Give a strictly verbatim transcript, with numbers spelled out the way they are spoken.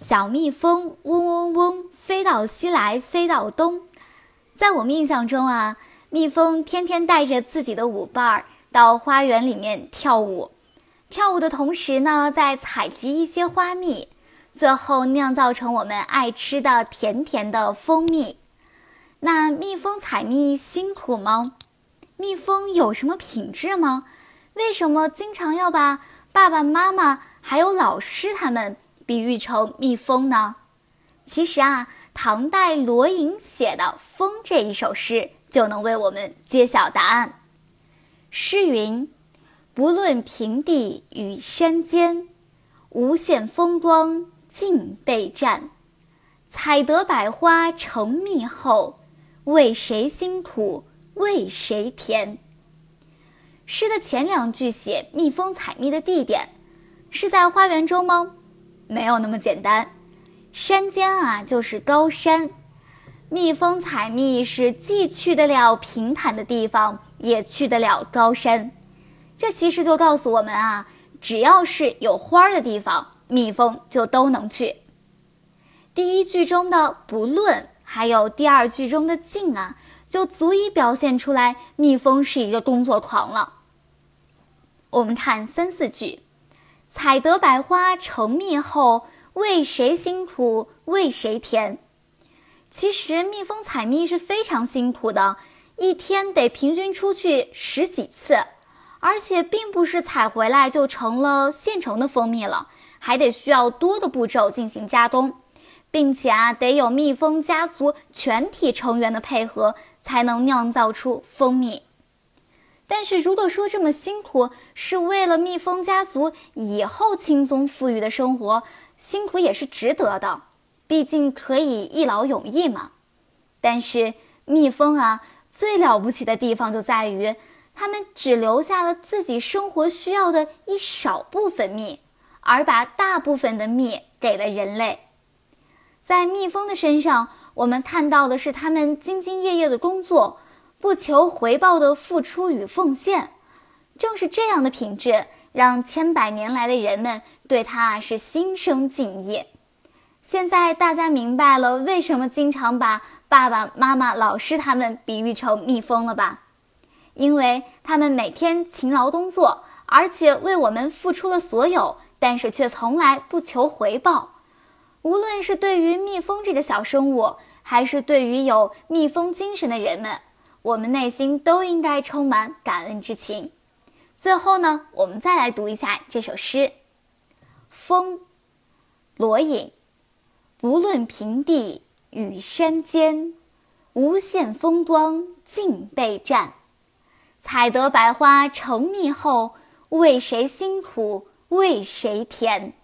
小蜜蜂嗡嗡嗡，飞到西来飞到东。在我们印象中啊，蜜蜂天天带着自己的舞伴儿到花园里面跳舞，跳舞的同时呢，再采集一些花蜜，最后酿造成我们爱吃的甜甜的蜂蜜。那蜜蜂采蜜辛苦吗？蜜蜂有什么品质吗？为什么经常要把爸爸妈妈还有老师他们比喻成蜜蜂呢？其实啊，唐代罗隐写的《蜂》这一首诗就能为我们揭晓答案。诗云：不论平地与山间，无限风光尽被占。采得百花成蜜后，为谁辛苦为谁甜。诗的前两句写蜜蜂采蜜的地点，是在花园中吗？没有那么简单。山间啊，就是高山。蜜蜂采蜜是既去得了平坦的地方，也去得了高山。这其实就告诉我们啊，只要是有花的地方，蜜蜂就都能去。第一句中的不论，还有第二句中的尽啊，就足以表现出来蜜蜂是一个工作狂了。我们看三四句：采得百花成蜜后，为谁辛苦为谁甜。其实蜜蜂采蜜是非常辛苦的，一天得平均出去十几次，而且并不是采回来就成了现成的蜂蜜了，还得需要多的步骤进行加工，并且啊，得有蜜蜂家族全体成员的配合，才能酿造出蜂蜜。但是如果说这么辛苦是为了蜜蜂家族以后轻松富裕的生活，辛苦也是值得的，毕竟可以一劳永逸嘛。但是蜜蜂啊，最了不起的地方就在于，它们只留下了自己生活需要的一少部分蜜，而把大部分的蜜给了人类。在蜜蜂的身上，我们看到的是它们兢兢业业的工作，不求回报的付出与奉献。正是这样的品质，让千百年来的人们对它是心生敬意。现在大家明白了为什么经常把爸爸妈妈老师他们比喻成蜜蜂了吧？因为他们每天勤劳工作，而且为我们付出了所有，但是却从来不求回报。无论是对于蜜蜂这个小生物，还是对于有蜜蜂精神的人们，我们内心都应该充满感恩之情。最后呢，我们再来读一下这首诗。蜂，罗隐。不论平地与山间，无限风光尽被占。采得百花成蜜后，为谁辛苦为谁甜。